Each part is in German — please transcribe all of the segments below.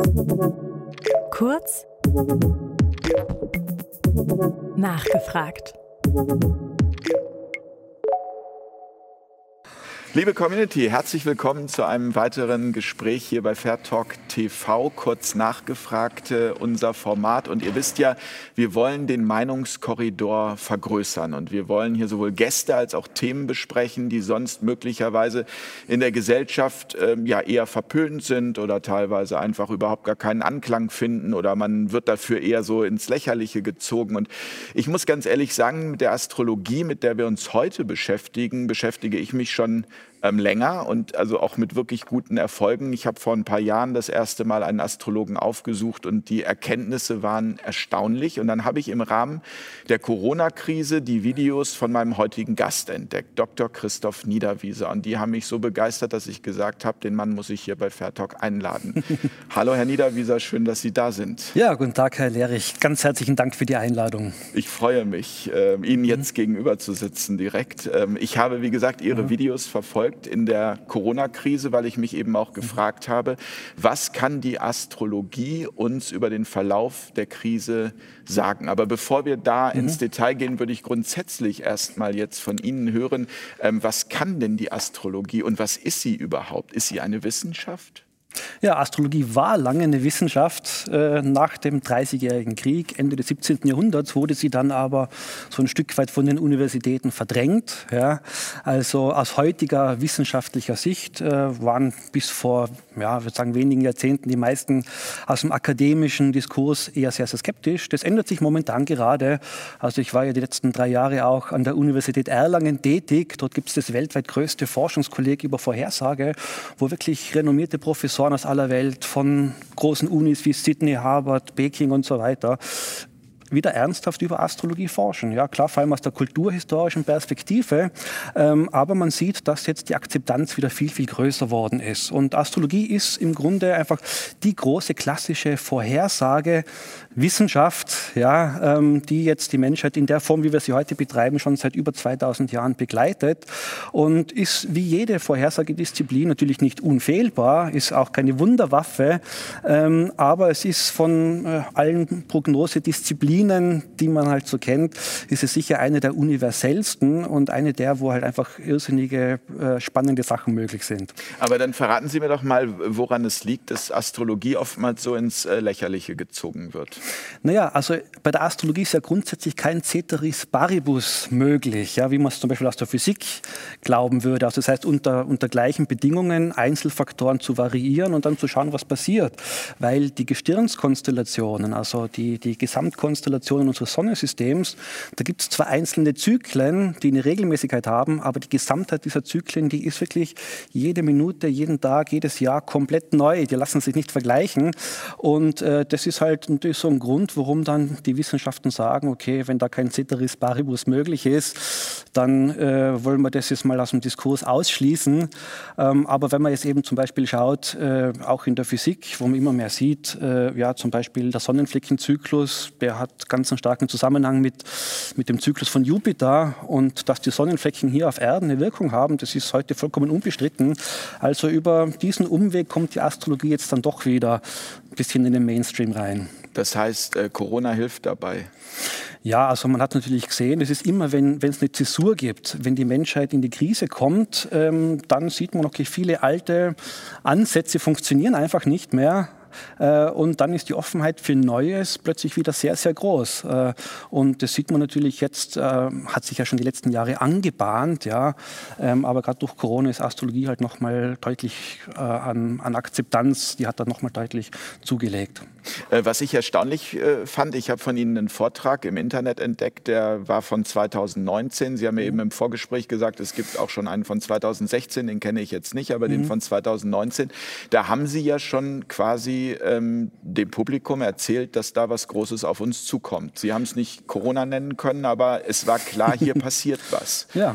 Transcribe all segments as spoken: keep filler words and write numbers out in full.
Kurz nachgefragt. Liebe Community, herzlich willkommen zu einem weiteren Gespräch hier bei Fair Talk T V, kurz nachgefragt, unser Format. Und ihr wisst ja, wir wollen den Meinungskorridor vergrößern und wir wollen hier sowohl Gäste als auch Themen besprechen, die sonst möglicherweise in der Gesellschaft äh, ja eher verpönt sind oder teilweise einfach überhaupt gar keinen Anklang finden oder man wird dafür eher so ins Lächerliche gezogen. Und ich muss ganz ehrlich sagen, mit der Astrologie, mit der wir uns heute beschäftigen, beschäftige ich mich schon Ähm, länger und also auch mit wirklich guten Erfolgen. Ich habe vor ein paar Jahren das erste Mal einen Astrologen aufgesucht und die Erkenntnisse waren erstaunlich. Und dann habe ich im Rahmen der Corona-Krise die Videos von meinem heutigen Gast entdeckt, Doktor Christoph Niederwieser. Und die haben mich so begeistert, dass ich gesagt habe, den Mann muss ich hier bei Fair Talk einladen. Hallo Herr Niederwieser, schön, dass Sie da sind. Ja, guten Tag Herr Lehrich. Ganz herzlichen Dank für die Einladung. Ich freue mich, äh, Ihnen jetzt mhm. gegenüber zu sitzen direkt. Ähm, ich habe, wie gesagt, Ihre mhm. Videos verfolgt in der Corona-Krise, weil ich mich eben auch gefragt habe, was kann die Astrologie uns über den Verlauf der Krise sagen? Aber bevor wir da mhm. ins Detail gehen, würde ich grundsätzlich erst mal jetzt von Ihnen hören, ähm, was kann denn die Astrologie und was ist sie überhaupt? Ist sie eine Wissenschaft? Ja, Astrologie war lange eine Wissenschaft. Äh, nach dem Dreißigjährigen Krieg, Ende des siebzehnten. Jahrhunderts, wurde sie dann aber so ein Stück weit von den Universitäten verdrängt. Ja. Also aus heutiger wissenschaftlicher Sicht äh, waren bis vor, ja, ich würde sagen, wenigen Jahrzehnten die meisten aus dem akademischen Diskurs eher sehr, sehr skeptisch. Das ändert sich momentan gerade. Also ich war ja die letzten drei Jahre auch an der Universität Erlangen tätig. Dort gibt es das weltweit größte Forschungskolleg über Vorhersage, wo wirklich renommierte Professoren aus aller Welt, von großen Unis wie Sydney, Harvard, Peking und so weiter, wieder ernsthaft über Astrologie forschen. Ja, klar, vor allem aus der kulturhistorischen Perspektive. Ähm, aber man sieht, dass jetzt die Akzeptanz wieder viel, viel größer worden ist. Und Astrologie ist im Grunde einfach die große klassische Vorhersage, Wissenschaft, ja, ähm, die jetzt die Menschheit in der Form, wie wir sie heute betreiben, schon seit über zweitausend Jahren begleitet und ist wie jede Vorhersagedisziplin natürlich nicht unfehlbar, ist auch keine Wunderwaffe, ähm, aber es ist von äh, allen Prognosedisziplinen, die man halt so kennt, ist es sicher eine der universellsten und eine der, wo halt einfach irrsinnige, äh, spannende Sachen möglich sind. Aber dann verraten Sie mir doch mal, woran es liegt, dass Astrologie oftmals so ins äh, Lächerliche gezogen wird. Naja, also bei der Astrologie ist ja grundsätzlich kein Ceteris Paribus möglich, ja, wie man es zum Beispiel aus der Physik glauben würde. Also das heißt, unter, unter gleichen Bedingungen Einzelfaktoren zu variieren und dann zu schauen, was passiert. Weil die Gestirnskonstellationen, also die, die Gesamtkonstellationen unseres Sonnensystems, da gibt es zwar einzelne Zyklen, die eine Regelmäßigkeit haben, aber die Gesamtheit dieser Zyklen, die ist wirklich jede Minute, jeden Tag, jedes Jahr komplett neu. Die lassen sich nicht vergleichen. Und äh, das ist halt natürlich so ein Grund, warum dann die Wissenschaften sagen, okay, wenn da kein Ceteris Paribus möglich ist, dann äh, wollen wir das jetzt mal aus dem Diskurs ausschließen. Ähm, aber wenn man jetzt eben zum Beispiel schaut, äh, auch in der Physik, wo man immer mehr sieht, äh, ja, zum Beispiel der Sonnenfleckenzyklus, der hat ganz einen starken Zusammenhang mit, mit dem Zyklus von Jupiter und dass die Sonnenflecken hier auf Erden eine Wirkung haben, das ist heute vollkommen unbestritten. Also über diesen Umweg kommt die Astrologie jetzt dann doch wieder ein bisschen in den Mainstream rein. Das heißt, äh, Corona hilft dabei? Ja, also man hat natürlich gesehen, es ist immer, wenn wenn es eine Zäsur gibt, wenn die Menschheit in die Krise kommt, ähm, dann sieht man, okay, viele alte Ansätze funktionieren einfach nicht mehr. Und dann ist die Offenheit für Neues plötzlich wieder sehr, sehr groß. Und das sieht man natürlich jetzt, hat sich ja schon die letzten Jahre angebahnt, ja. Aber gerade durch Corona ist Astrologie halt nochmal deutlich an, an Akzeptanz, die hat da nochmal deutlich zugelegt. Was ich erstaunlich fand, ich habe von Ihnen einen Vortrag im Internet entdeckt, der war von zweitausendneunzehn. Sie haben mir eben im Vorgespräch gesagt, es gibt auch schon einen von zweitausendsechzehn, den kenne ich jetzt nicht, aber mhm. den von zweitausendneunzehn. Da haben Sie ja schon quasi ähm, dem Publikum erzählt, dass da was Großes auf uns zukommt. Sie haben es nicht Corona nennen können, aber es war klar, hier passiert was. Ja.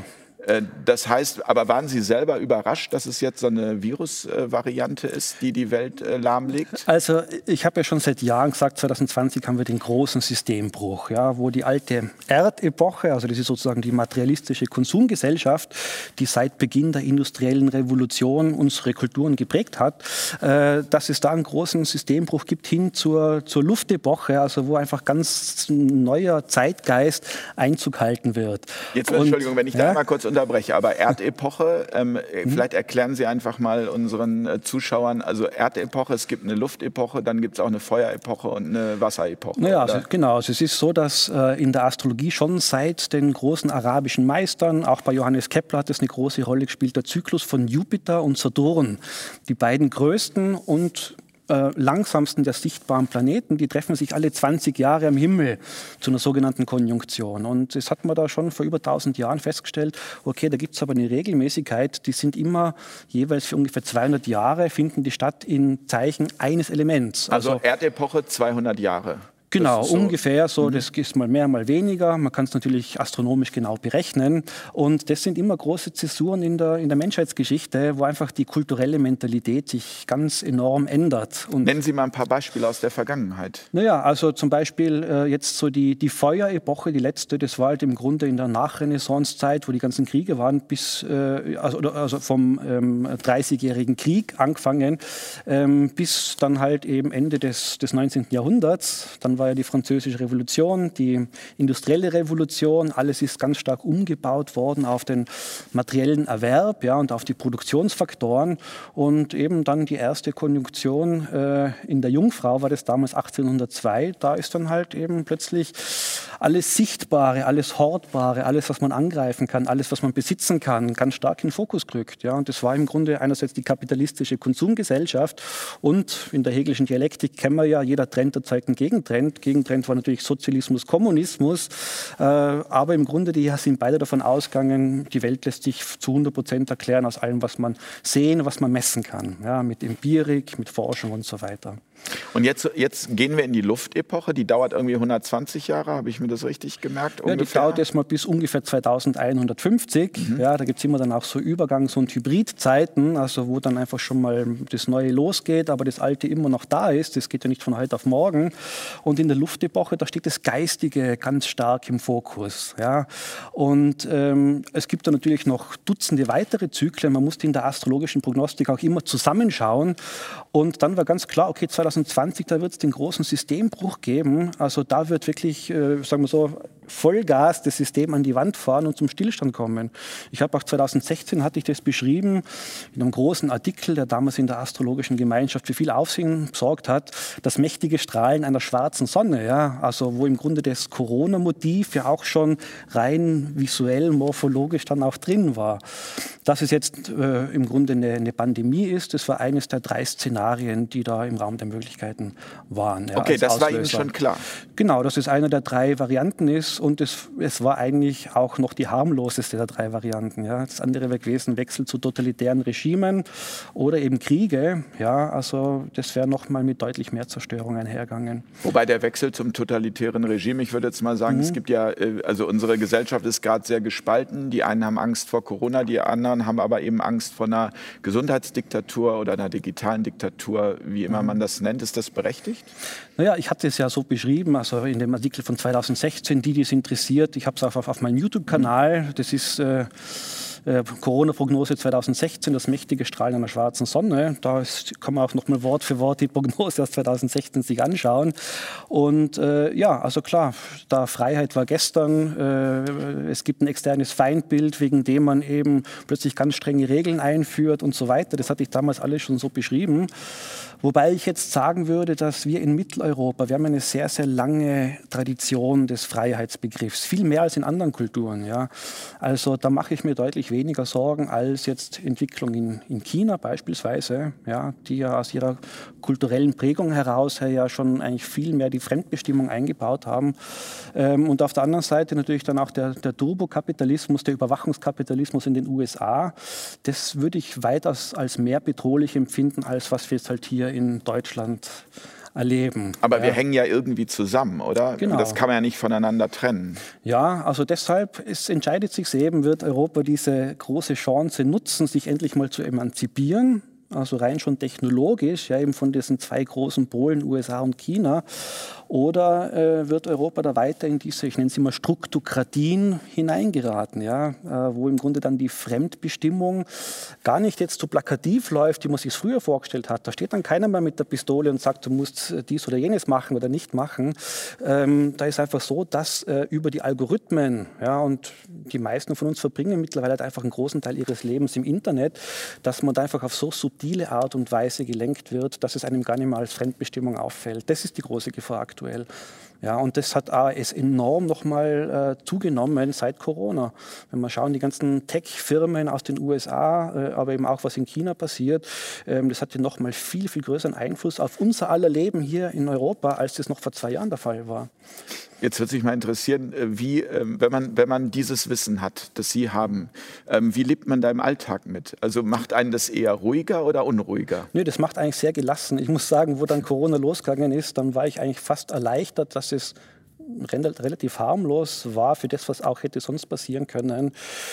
Das heißt, aber waren Sie selber überrascht, dass es jetzt so eine Virusvariante ist, die die Welt lahmlegt? Also ich habe ja schon seit Jahren gesagt, zwanzig zwanzig haben wir den großen Systembruch, ja, wo die alte Erdepoche, also das ist sozusagen die materialistische Konsumgesellschaft, die seit Beginn der industriellen Revolution unsere Kulturen geprägt hat, äh, dass es da einen großen Systembruch gibt hin zur, zur Luftepoche, also wo einfach ganz neuer Zeitgeist Einzug halten wird. Jetzt, Und, Entschuldigung, wenn ich ja? da mal kurz unterbreche, aber Erdepoche, ähm, mhm. vielleicht erklären Sie einfach mal unseren äh, Zuschauern, also Erdepoche, es gibt eine Luftepoche, dann gibt es auch eine Feuerepoche und eine Wasserepoche. Naja, also, genau, also es ist so, dass äh, in der Astrologie schon seit den großen arabischen Meistern, auch bei Johannes Kepler hat es eine große Rolle gespielt, der Zyklus von Jupiter und Saturn, die beiden größten und Äh, langsamsten der sichtbaren Planeten, die treffen sich alle zwanzig Jahre am Himmel zu einer sogenannten Konjunktion. Und das hat man da schon vor über tausend Jahren festgestellt, okay, da gibt es aber eine Regelmäßigkeit, die sind immer jeweils für ungefähr zweihundert Jahre, finden die statt in Zeichen eines Elements. Also, also Erdepoche zweihundert Jahre. Genau, so. ungefähr so. Mhm. Das ist mal mehr, mal weniger. Man kann es natürlich astronomisch genau berechnen. Und das sind immer große Zäsuren in der, in der Menschheitsgeschichte, wo einfach die kulturelle Mentalität sich ganz enorm ändert. Und nennen Sie mal ein paar Beispiele aus der Vergangenheit. Naja, also zum Beispiel äh, jetzt so die, die Feuerepoche, die letzte, das war halt im Grunde in der Nachrenaissancezeit, wo die ganzen Kriege waren, bis äh, also, also vom ähm, dreißigjährigen Krieg angefangen, ähm, bis dann halt eben Ende des, des neunzehnten Jahrhunderts. Dann war ja die Französische Revolution, die industrielle Revolution. Alles ist ganz stark umgebaut worden auf den materiellen Erwerb, ja, und auf die Produktionsfaktoren. Und eben dann die erste Konjunktion äh, in der Jungfrau war das damals achtzehnhundertzwei. Da ist dann halt eben plötzlich alles Sichtbare, alles Hortbare, alles, was man angreifen kann, alles, was man besitzen kann, ganz stark in den Fokus gerückt. Ja. Und das war im Grunde einerseits die kapitalistische Konsumgesellschaft und in der Hegelischen Dialektik kennen wir ja, jeder Trend erzeugt einen Gegentrend. Gegentrend war natürlich Sozialismus, Kommunismus, äh, aber im Grunde die sind beide davon ausgegangen, die Welt lässt sich zu hundert Prozent erklären aus allem, was man sehen, was man messen kann, ja, mit Empirik, mit Forschung und so weiter. Und jetzt, jetzt gehen wir in die Luftepoche, die dauert irgendwie hundertzwanzig Jahre, habe ich mir das richtig gemerkt? Ja, die dauert jetzt mal bis ungefähr zweitausendeinhundertfünfzig. Mhm. Ja, da gibt es immer dann auch so Übergangs- und Hybridzeiten, also wo dann einfach schon mal das Neue losgeht, aber das Alte immer noch da ist. Das geht ja nicht von heute auf morgen. Und in der Luftepoche, da steht das Geistige ganz stark im Fokus. Ja. Und ähm, es gibt da natürlich noch Dutzende weitere Zyklen. Man musste in der astrologischen Prognostik auch immer zusammenschauen. Und dann war ganz klar, okay, zweitausendzwanzig, da wird es den großen Systembruch geben. Also da wird wirklich, äh, sagen wir so, Vollgas das System an die Wand fahren und zum Stillstand kommen. Ich habe auch zweitausendsechzehn hatte ich das beschrieben in einem großen Artikel, der damals in der astrologischen Gemeinschaft für viel Aufsehen gesorgt hat, das mächtige Strahlen einer schwarzen Sonne, ja, also wo im Grunde das Corona-Motiv ja auch schon rein visuell, morphologisch dann auch drin war. Dass es jetzt äh, im Grunde eine, eine Pandemie ist, das war eines der drei Szenarien, die da im Raum der Möglichkeiten waren. Ja, okay, das Auslöser. War Ihnen schon klar? Genau, dass es eine der drei Varianten ist. Und es, es war eigentlich auch noch die harmloseste der drei Varianten. Ja. Das andere wäre gewesen, Wechsel zu totalitären Regimen oder eben Kriege. Ja, also das wäre noch mal mit deutlich mehr Zerstörung einhergegangen. Wobei der Wechsel zum totalitären Regime, ich würde jetzt mal sagen, mhm. es gibt ja, also unsere Gesellschaft ist gerade sehr gespalten. Die einen haben Angst vor Corona, die anderen haben aber eben Angst vor einer Gesundheitsdiktatur oder einer digitalen Diktatur, wie immer mhm. man das nennt. Ist das berechtigt? Naja, ich hatte es ja so beschrieben, also in dem Artikel von zweitausendsechzehn, die, die es interessiert. Ich habe es auch auf, auf meinem YouTube-Kanal. Das ist äh, äh, Corona-Prognose zweitausendsechzehn, das mächtige Strahlen einer schwarzen Sonne. Da ist, kann man auch noch mal Wort für Wort die Prognose aus zweitausendsechzehn sich anschauen. Und äh, ja, also klar, da Freiheit war gestern. Äh, es gibt ein externes Feindbild, wegen dem man eben plötzlich ganz strenge Regeln einführt und so weiter. Das hatte ich damals alles schon so beschrieben. Wobei ich jetzt sagen würde, dass wir in Mitteleuropa, wir haben eine sehr, sehr lange Tradition des Freiheitsbegriffs, viel mehr als in anderen Kulturen. Ja. Also da mache ich mir deutlich weniger Sorgen als jetzt Entwicklung in, in China beispielsweise, ja, die ja aus ihrer kulturellen Prägung heraus ja schon eigentlich viel mehr die Fremdbestimmung eingebaut haben. Ähm, und auf der anderen Seite natürlich dann auch der, der Turbokapitalismus, der Überwachungskapitalismus in den U S A. Das würde ich weitaus als mehr bedrohlich empfinden, als was wir jetzt halt hier in Deutschland erleben. Aber ja. wir hängen ja irgendwie zusammen, oder? Genau. Das kann man ja nicht voneinander trennen. Ja, also deshalb es entscheidet sich eben, wird Europa diese große Chance nutzen, sich endlich mal zu emanzipieren. Also rein schon technologisch, ja, eben von diesen zwei großen Polen, U S A und China. Oder äh, wird Europa da weiter in diese, ich nenne sie mal Struktokratien hineingeraten, ja, äh, wo im Grunde dann die Fremdbestimmung gar nicht jetzt so plakativ läuft, wie man sich es früher vorgestellt hat. Da steht dann keiner mehr mit der Pistole und sagt, du musst dies oder jenes machen oder nicht machen. Ähm, da ist einfach so, dass äh, über die Algorithmen, ja, und die meisten von uns verbringen mittlerweile halt einfach einen großen Teil ihres Lebens im Internet, dass man da einfach auf so subtile Art und Weise gelenkt wird, dass es einem gar nicht mehr als Fremdbestimmung auffällt. Das ist die große Gefahr aktuell. Ja, und das hat A S enorm nochmal äh, zugenommen seit Corona. Wenn wir schauen, die ganzen Tech-Firmen aus den U S A, äh, aber eben auch was in China passiert, ähm, das hat ja nochmal viel, viel größeren Einfluss auf unser aller Leben hier in Europa, als das noch vor zwei Jahren der Fall war. Jetzt würde mich mal interessieren, wie, wenn man, wenn man dieses Wissen hat, das Sie haben, wie lebt man da im Alltag mit? Also macht einen das eher ruhiger oder unruhiger? Nö, das macht eigentlich sehr gelassen. Ich muss sagen, wo dann Corona losgegangen ist, dann war ich eigentlich fast erleichtert, dass es relativ harmlos war für das, was auch hätte sonst passieren können.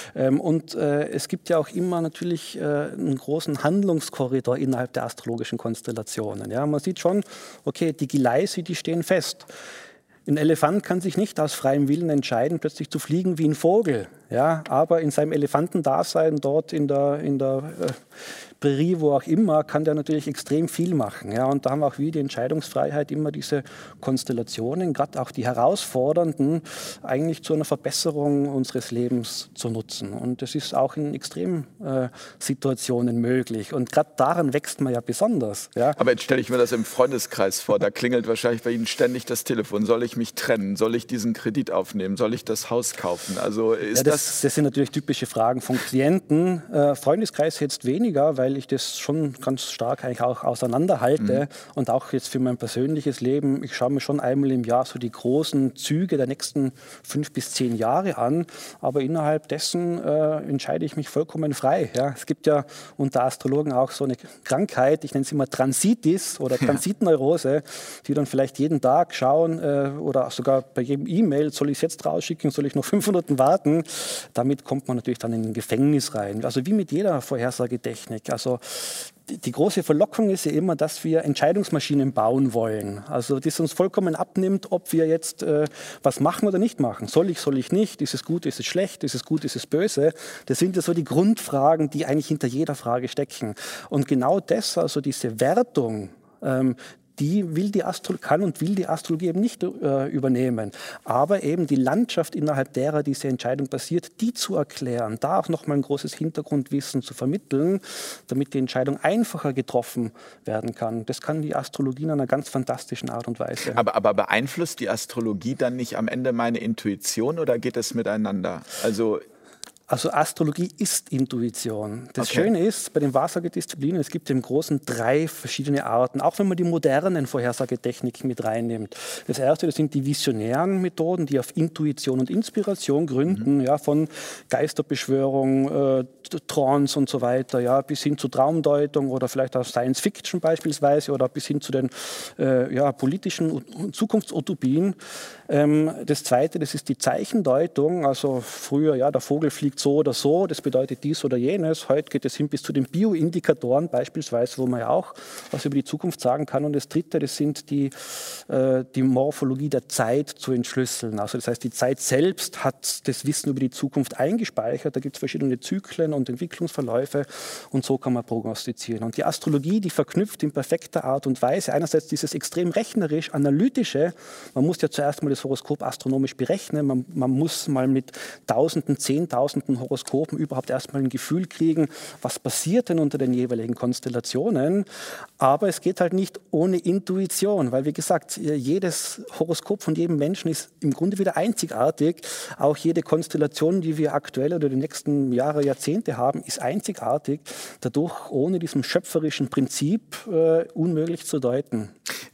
Und es gibt ja auch immer natürlich einen großen Handlungskorridor innerhalb der astrologischen Konstellationen. Ja, man sieht schon, okay, die Geleise, die stehen fest. Ein Elefant kann sich nicht aus freiem Willen entscheiden, plötzlich zu fliegen wie ein Vogel. Ja, aber in seinem Elefantendasein dort in der, in der äh, Prärie, wo auch immer, kann der natürlich extrem viel machen. Ja, und da haben auch wir die Entscheidungsfreiheit, immer diese Konstellationen, gerade auch die herausfordernden, eigentlich zu einer Verbesserung unseres Lebens zu nutzen. Und das ist auch in Extremsituationen äh, möglich. Und gerade daran wächst man ja besonders. Ja. Aber jetzt stelle ich mir das im Freundeskreis vor. Da klingelt wahrscheinlich bei Ihnen ständig das Telefon. Soll ich mich trennen? Soll ich diesen Kredit aufnehmen? Soll ich das Haus kaufen? Also ist ja, das, das, das sind natürlich typische Fragen von Klienten. Äh, Freundeskreis jetzt weniger, weil ich das schon ganz stark eigentlich auch auseinanderhalte. Mhm. Und auch jetzt für mein persönliches Leben, ich schaue mir schon einmal im Jahr so die großen Züge der nächsten fünf bis zehn Jahre an. Aber innerhalb dessen äh, entscheide ich mich vollkommen frei. Ja. Es gibt ja unter Astrologen auch so eine Krankheit, ich nenne sie immer Transitis oder Transitneurose, die dann vielleicht jeden Tag schauen äh, oder sogar bei jedem E-Mail, soll ich es jetzt rausschicken, soll ich noch fünf Minuten warten? Damit kommt man natürlich dann in ein Gefängnis rein. Also wie mit jeder Vorhersagetechnik. Also die, die große Verlockung ist ja immer, dass wir Entscheidungsmaschinen bauen wollen. Also das uns vollkommen abnimmt, ob wir jetzt äh, was machen oder nicht machen. Soll ich, soll ich nicht? Ist es gut, ist es schlecht? Ist es gut, ist es böse? Das sind ja so die Grundfragen, die eigentlich hinter jeder Frage stecken. Und genau das, also diese Wertung, ähm, die will die Astro- kann und will die Astrologie eben nicht äh, übernehmen. Aber eben die Landschaft, innerhalb derer diese Entscheidung passiert, die zu erklären, da auch nochmal ein großes Hintergrundwissen zu vermitteln, damit die Entscheidung einfacher getroffen werden kann. Das kann die Astrologie in einer ganz fantastischen Art und Weise. Aber, aber beeinflusst die Astrologie dann nicht am Ende meine Intuition oder geht es miteinander? Also Also Astrologie ist Intuition. Das okay. Schöne ist, bei den Wahrsagedisziplinen, es gibt im Großen drei verschiedene Arten, auch wenn man die modernen Vorhersagetechniken mit reinnimmt. Das erste, das sind die visionären Methoden, die auf Intuition und Inspiration gründen, mhm. ja, von Geisterbeschwörung, äh, Trance und so weiter, ja, bis hin zu Traumdeutung oder vielleicht auch Science Fiction beispielsweise oder bis hin zu den äh, ja, politischen Zukunftsutopien. Ähm, das zweite, das ist die Zeichendeutung, also früher, ja, der Vogel fliegt so oder so, das bedeutet dies oder jenes. Heute geht es hin bis zu den Bioindikatoren beispielsweise, wo man ja auch was über die Zukunft sagen kann. Und das dritte, das sind die, äh, die Morphologie der Zeit zu entschlüsseln. Also das heißt, die Zeit selbst hat das Wissen über die Zukunft eingespeichert. Da gibt es verschiedene Zyklen und Entwicklungsverläufe und so kann man prognostizieren. Und die Astrologie, die verknüpft in perfekter Art und Weise einerseits dieses extrem rechnerisch analytische, man muss ja zuerst mal das Horoskop astronomisch berechnen, man, man muss mal mit Tausenden, Zehntausenden Horoskopen überhaupt erstmal ein Gefühl kriegen, was passiert denn unter den jeweiligen Konstellationen, aber es geht halt nicht ohne Intuition, weil wie gesagt, jedes Horoskop von jedem Menschen ist im Grunde wieder einzigartig, auch jede Konstellation, die wir aktuell oder die nächsten Jahre, Jahrzehnte haben, ist einzigartig, dadurch ohne diesem schöpferischen Prinzip äh, unmöglich zu deuten.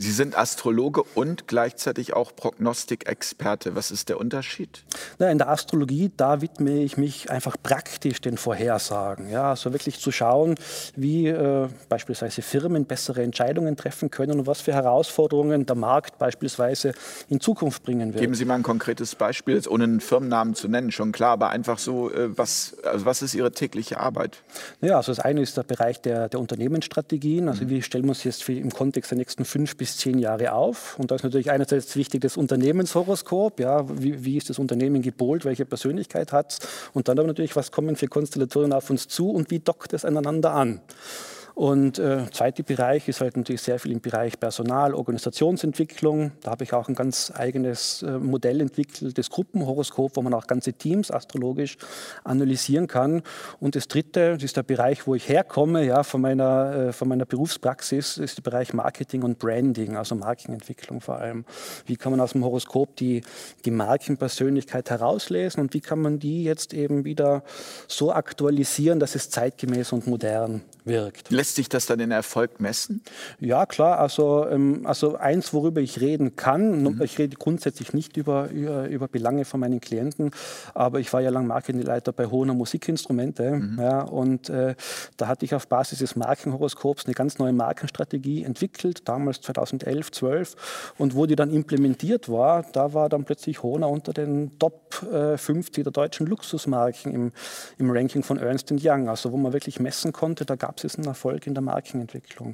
Sie sind Astrologe und gleichzeitig auch Prognostikexperte. Was ist der Unterschied? Na, in der Astrologie, da widme ich mich einfach praktisch den Vorhersagen. Ja, also wirklich zu schauen, wie äh, beispielsweise Firmen bessere Entscheidungen treffen können und was für Herausforderungen der Markt beispielsweise in Zukunft bringen wird. Geben Sie mal ein konkretes Beispiel, jetzt ohne einen Firmennamen zu nennen, schon klar, aber einfach so, äh, was, also was ist Ihre tägliche Arbeit? Ja, also das eine ist der Bereich der, der Unternehmensstrategien. Also wie stellen wir uns jetzt für, im Kontext der nächsten fünf bis zehn Jahre auf? Und da ist natürlich einerseits wichtig das Unternehmenshoroskop. Ja, wie, wie ist das Unternehmen gepolt? Welche Persönlichkeit hat es? Und dann aber natürlich, was kommen für Konstellationen auf uns zu und wie dockt es aneinander an? Und der äh, zweite Bereich ist halt natürlich sehr viel im Bereich Personal, Organisationsentwicklung. Da habe ich auch ein ganz eigenes äh, Modell entwickelt, das Gruppenhoroskop, wo man auch ganze Teams astrologisch analysieren kann. Und das dritte, das ist der Bereich, wo ich herkomme, ja, von meiner, äh, von meiner Berufspraxis, ist der Bereich Marketing und Branding, also Markenentwicklung vor allem. Wie kann man aus dem Horoskop die, die Markenpersönlichkeit herauslesen und wie kann man die jetzt eben wieder so aktualisieren, dass es zeitgemäß und modern wirkt. Lässt sich das dann in Erfolg messen? Ja, klar. Also, ähm, also eins, worüber ich reden kann, mhm. ich rede grundsätzlich nicht über, über, über Belange von meinen Klienten, aber ich war ja lang Marketingleiter bei Hohner Musikinstrumente. Mhm. Ja, und äh, da hatte ich auf Basis des Markenhoroskops eine ganz neue Markenstrategie entwickelt, damals zweitausendelf, zwölf. Und wo die dann implementiert war, da war dann plötzlich Hohner unter den Top äh, fünfzig der deutschen Luxusmarken im, im Ranking von Ernst and Young. Also wo man wirklich messen konnte, da gab es einen Erfolg in der Markenentwicklung.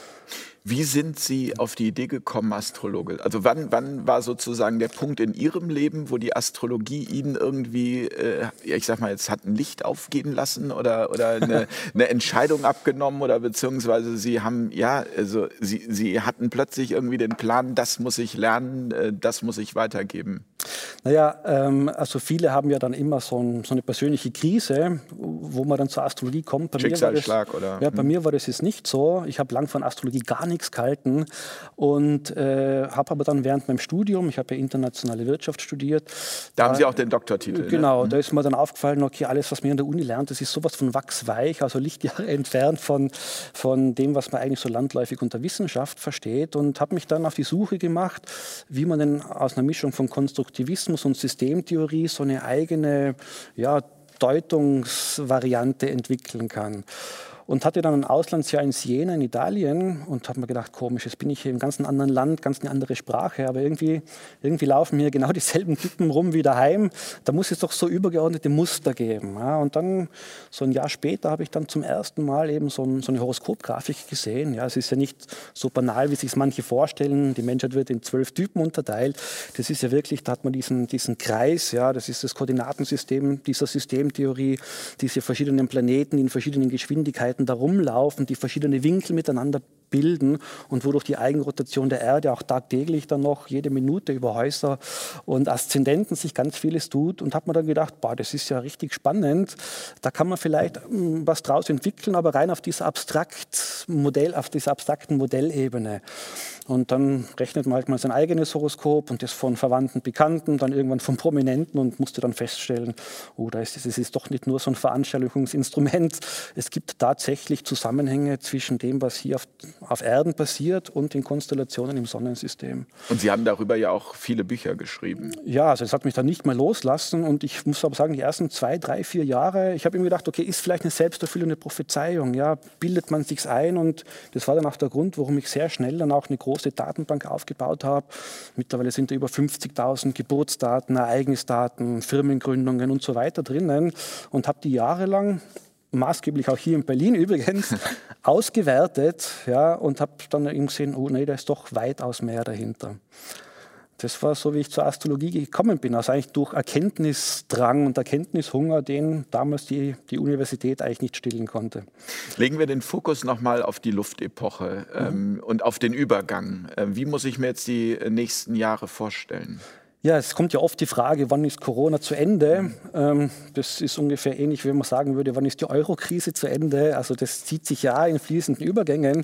Wie sind Sie auf die Idee gekommen, Astrologe? Also wann, wann war sozusagen der Punkt in Ihrem Leben, wo die Astrologie Ihnen irgendwie, äh, ich sag mal, jetzt hat ein Licht aufgehen lassen oder, oder eine, eine Entscheidung abgenommen oder beziehungsweise Sie haben, ja, also Sie, Sie hatten plötzlich irgendwie den Plan, das muss ich lernen, äh, das muss ich weitergeben? Naja, ähm, also viele haben ja dann immer so, ein, so eine persönliche Krise, wo man dann zur Astrologie kommt. Bei Schicksalsschlag, mir war das, oder? Ja, bei hm. mir war das jetzt nicht so. Ich habe lang von Astrologie gar nichts gehalten und äh, habe aber dann während meinem Studium, ich habe ja internationale Wirtschaft studiert. Da haben Sie auch den Doktortitel. Genau, ne? Da ist mir dann aufgefallen, okay, alles, was man an der Uni lernt, das ist sowas von wachsweich, also Lichtjahre entfernt von, von dem, was man eigentlich so landläufig unter Wissenschaft versteht und habe mich dann auf die Suche gemacht, wie man denn aus einer Mischung von Konstruktivismus und Systemtheorie so eine eigene, ja, Deutungsvariante entwickeln kann. Und hatte dann ein Auslandsjahr in Siena in Italien und habe mir gedacht, komisch, jetzt bin ich hier im ganz anderen Land, ganz eine andere Sprache, aber irgendwie, irgendwie laufen hier genau dieselben Typen rum wie daheim. Da muss es doch so übergeordnete Muster geben. Ja, und dann, so ein Jahr später, habe ich dann zum ersten Mal eben so, ein, so eine Horoskopgrafik gesehen. Ja, es ist ja nicht so banal, wie sich manche vorstellen. Die Menschheit wird in zwölf Typen unterteilt. Das ist ja wirklich, da hat man diesen, diesen Kreis, ja, das ist das Koordinatensystem dieser Systemtheorie, diese verschiedenen Planeten in verschiedenen Geschwindigkeiten da rumlaufen, die verschiedene Winkel miteinander bilden und wodurch die Eigenrotation der Erde auch tagtäglich dann noch jede Minute über Häuser und Aszendenten sich ganz vieles tut und habe mir dann gedacht, boah, das ist ja richtig spannend, da kann man vielleicht mh, was draus entwickeln, aber rein auf dieser abstrakt Modell, auf dieser abstrakten Modellebene. Und dann rechnet man halt mal sein eigenes Horoskop und das von Verwandten, Bekannten, dann irgendwann von Prominenten und musste dann feststellen, oh, da ist es, es ist doch nicht nur so ein Veranschaulichungsinstrument. Es gibt tatsächlich Zusammenhänge zwischen dem, was hier auf, auf Erden passiert und den Konstellationen im Sonnensystem. Und Sie haben darüber ja auch viele Bücher geschrieben. Ja, also es hat mich dann nicht mehr loslassen und ich muss aber sagen, die ersten zwei, drei, vier Jahre, ich habe immer gedacht, okay, ist vielleicht eine selbsterfüllende Prophezeiung, ja, bildet man sich's ein und das war dann auch der Grund, warum ich sehr schnell dann auch eine große Datenbank aufgebaut habe. Mittlerweile sind da über fünfzigtausend Geburtsdaten, Ereignisdaten, Firmengründungen und so weiter drinnen und habe die jahrelang, maßgeblich auch hier in Berlin übrigens, ausgewertet, ja, und habe dann eben gesehen, oh nee, da ist doch weitaus mehr dahinter. Das war so, wie ich zur Astrologie gekommen bin, also eigentlich durch Erkenntnisdrang und Erkenntnishunger, den damals die, die Universität eigentlich nicht stillen konnte. Legen wir den Fokus nochmal auf die Luftepoche ähm, mhm. und auf den Übergang. Äh, wie muss ich mir jetzt die nächsten Jahre vorstellen? Ja, es kommt ja oft die Frage, wann ist Corona zu Ende? Ähm, das ist ungefähr ähnlich, wie man sagen würde, wann ist die Euro-Krise zu Ende? Also das zieht sich ja in fließenden Übergängen.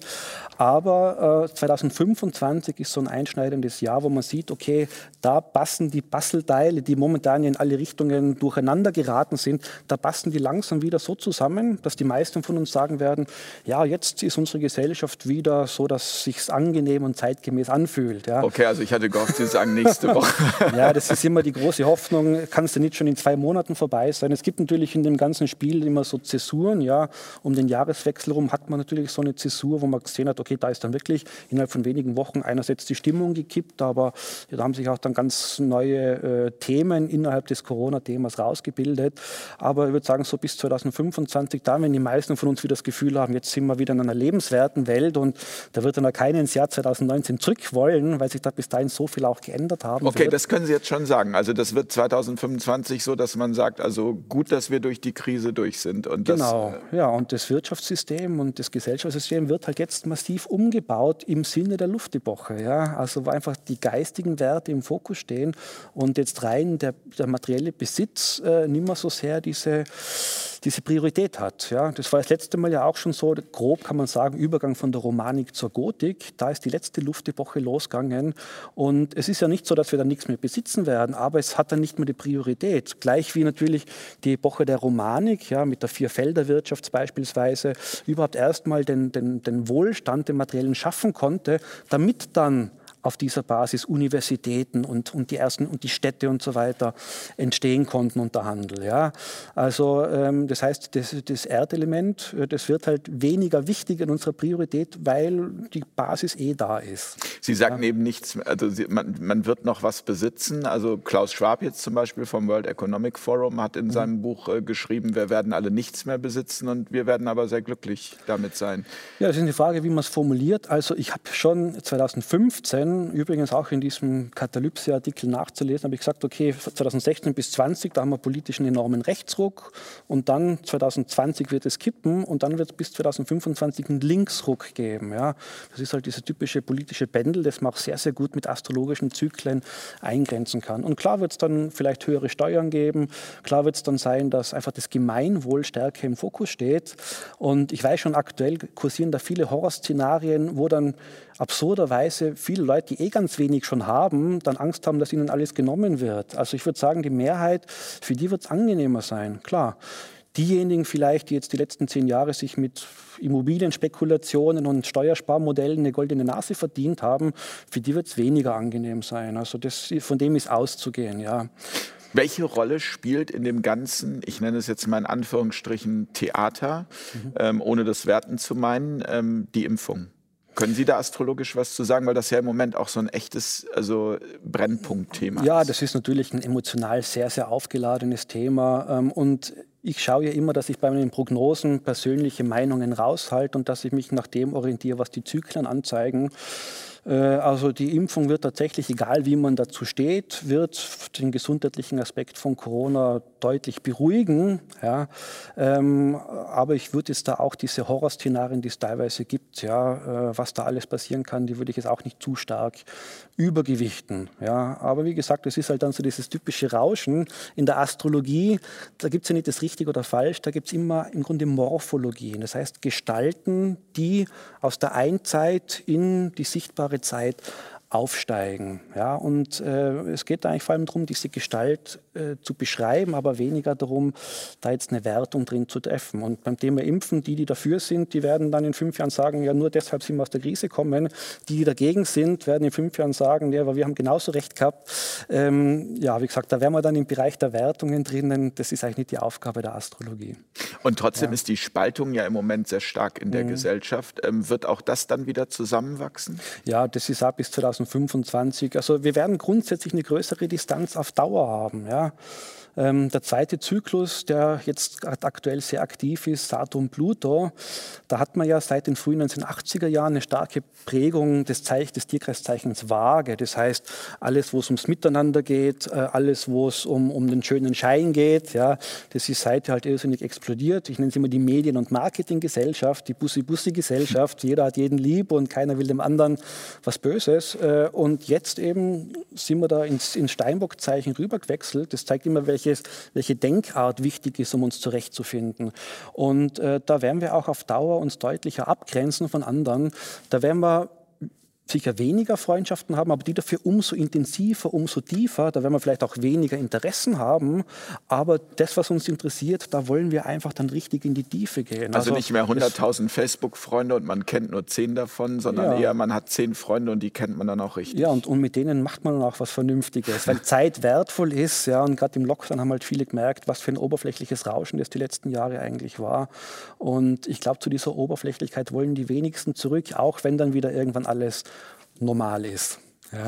Aber äh, zweitausendfünfundzwanzig ist so ein einschneidendes Jahr, wo man sieht, okay, da passen die Puzzleteile, die momentan in alle Richtungen durcheinander geraten sind, da passen die langsam wieder so zusammen, dass die meisten von uns sagen werden, ja, jetzt ist unsere Gesellschaft wieder so, dass es sich angenehm und zeitgemäß anfühlt. Ja. Okay, also ich hatte gehofft, Sie sagen nächste Woche. Ja, das ist immer die große Hoffnung, kann es denn nicht schon in zwei Monaten vorbei sein? Es gibt natürlich in dem ganzen Spiel immer so Zäsuren, ja, um den Jahreswechsel herum hat man natürlich so eine Zäsur, wo man gesehen hat, okay, da ist dann wirklich innerhalb von wenigen Wochen einerseits die Stimmung gekippt, aber da haben sich auch dann ganz neue äh, Themen innerhalb des Corona-Themas rausgebildet. Aber ich würde sagen, so bis zweitausendfünfundzwanzig, da, wenn die meisten von uns wieder das Gefühl haben, jetzt sind wir wieder in einer lebenswerten Welt und da wird dann auch keiner ins Jahr zweitausendneunzehn zurück wollen, weil sich da bis dahin so viel auch geändert haben Okay, wird. Das können Sie jetzt schon sagen. Also das wird zweitausendfünfundzwanzig so, dass man sagt, also gut, dass wir durch die Krise durch sind. Und genau, das, äh ja, und das Wirtschaftssystem und das Gesellschaftssystem wird halt jetzt massiv umgebaut im Sinne der Luftepoche. Ja? Also wo einfach die geistigen Werte im Fokus stehen und jetzt rein der, der materielle Besitz äh, nicht mehr so sehr diese, diese Priorität hat. Ja? Das war das letzte Mal ja auch schon so, grob kann man sagen, Übergang von der Romanik zur Gotik. Da ist die letzte Luftepoche losgegangen und es ist ja nicht so, dass wir dann nichts mehr besitzen werden, aber es hat dann nicht mehr die Priorität. Gleich wie natürlich die Epoche der Romanik, ja, mit der Vierfelderwirtschaft beispielsweise, überhaupt erstmal den, den, den Wohlstand, den materiellen schaffen konnte, damit dann auf dieser Basis Universitäten und, und die ersten und die Städte und so weiter entstehen konnten unter Handel. Ja. Also ähm, das heißt, das, das Erdelement, das wird halt weniger wichtig in unserer Priorität, weil die Basis eh da ist. Sie sagten ja eben nichts, also Sie, man, man wird noch was besitzen. Also Klaus Schwab jetzt zum Beispiel vom World Economic Forum hat in mhm. seinem Buch äh, geschrieben, wir werden alle nichts mehr besitzen und wir werden aber sehr glücklich damit sein. Ja, das ist eine Frage, wie man es formuliert. Also ich habe schon zweitausendfünfzehn übrigens auch in diesem Katalypse-Artikel nachzulesen, habe ich gesagt, okay, zweitausendsechzehn bis zwanzig, da haben wir politisch einen enormen Rechtsruck und dann zweitausendzwanzig wird es kippen und dann wird es bis zweitausendfünfundzwanzig einen Linksruck geben. Ja. Das ist halt dieses typische politische Pendel, das man auch sehr, sehr gut mit astrologischen Zyklen eingrenzen kann. Und klar wird es dann vielleicht höhere Steuern geben, klar wird es dann sein, dass einfach das Gemeinwohl stärker im Fokus steht und ich weiß schon, aktuell kursieren da viele Horrorszenarien, wo dann absurderweise viele Leute, die eh ganz wenig schon haben, dann Angst haben, dass ihnen alles genommen wird. Also ich würde sagen, die Mehrheit, für die wird es angenehmer sein, klar. Diejenigen vielleicht, die jetzt die letzten zehn Jahre sich mit Immobilienspekulationen und Steuersparmodellen eine goldene Nase verdient haben, für die wird es weniger angenehm sein. Also das, von dem ist auszugehen, ja. Welche Rolle spielt in dem ganzen, ich nenne es jetzt mal in Anführungsstrichen Theater, mhm. ähm, ohne das werten zu meinen, ähm, die Impfung? Können Sie da astrologisch was zu sagen, weil das ja im Moment auch so ein echtes also Brennpunktthema ist? Ja, das ist natürlich ein emotional sehr, sehr aufgeladenes Thema und ich schaue ja immer, dass ich bei meinen Prognosen persönliche Meinungen raushalte und dass ich mich nach dem orientiere, was die Zyklen anzeigen. Also die Impfung wird tatsächlich, egal wie man dazu steht, wird den gesundheitlichen Aspekt von Corona deutlich beruhigen. Ja. Ähm, aber ich würde jetzt da auch diese Horrorszenarien, die es teilweise gibt, ja, äh, was da alles passieren kann, die würde ich jetzt auch nicht zu stark übergewichten. Ja. Aber wie gesagt, es ist halt dann so dieses typische Rauschen. In der Astrologie, da gibt es ja nicht das richtig oder falsch, da gibt es immer im Grunde Morphologien. Das heißt Gestalten, die aus der Einzeit in die sichtbare Zeit aufsteigen. Ja, und äh, es geht eigentlich vor allem darum, diese Gestalt äh, zu beschreiben, aber weniger darum, da jetzt eine Wertung drin zu treffen. Und beim Thema Impfen, die, die dafür sind, die werden dann in fünf Jahren sagen, ja, nur deshalb sind wir aus der Krise gekommen. Die, die dagegen sind, werden in fünf Jahren sagen, ja, aber wir haben genauso recht gehabt. Ähm, ja, wie gesagt, da wären wir dann im Bereich der Wertungen drinnen. Das ist eigentlich nicht die Aufgabe der Astrologie. Und trotzdem ja. ist die Spaltung ja im Moment sehr stark in der mhm. Gesellschaft. Ähm, wird auch das dann wieder zusammenwachsen? Ja, das ist auch bis zweitausendfünfundzwanzig. Also wir werden grundsätzlich eine größere Distanz auf Dauer haben. Ja. Ähm, der zweite Zyklus, der jetzt aktuell sehr aktiv ist, Saturn-Pluto, da hat man ja seit den frühen neunzehnhundertachtziger Jahren eine starke Prägung des, Zeich des Tierkreiszeichens Waage. Das heißt, alles, wo es ums Miteinander geht, äh, alles, wo es um, um den schönen Schein geht, ja, das ist seither halt irrsinnig explodiert. Ich nenne es immer die Medien- und Marketinggesellschaft, die Bussi-Bussi-Gesellschaft. Jeder hat jeden lieb und keiner will dem anderen was Böses. Äh, Und jetzt eben sind wir da ins, ins Steinbock-Zeichen rübergewechselt. Das zeigt immer, welches, welche Denkart wichtig ist, um uns zurechtzufinden. Und äh, da werden wir auch auf Dauer uns deutlicher abgrenzen von anderen. Da werden wir sicher weniger Freundschaften haben, aber die dafür umso intensiver, umso tiefer. Da werden wir vielleicht auch weniger Interessen haben. Aber das, was uns interessiert, da wollen wir einfach dann richtig in die Tiefe gehen. Also, also nicht mehr hunderttausend Facebook-Freunde und man kennt nur zehn davon, sondern ja. eher man hat zehn Freunde und die kennt man dann auch richtig. Ja, und, und mit denen macht man dann auch was Vernünftiges, weil Zeit wertvoll ist. Ja, und gerade im Lockdown haben halt viele gemerkt, was für ein oberflächliches Rauschen das die letzten Jahre eigentlich war. Und ich glaube, zu dieser Oberflächlichkeit wollen die wenigsten zurück, auch wenn dann wieder irgendwann alles normal ist. Ja.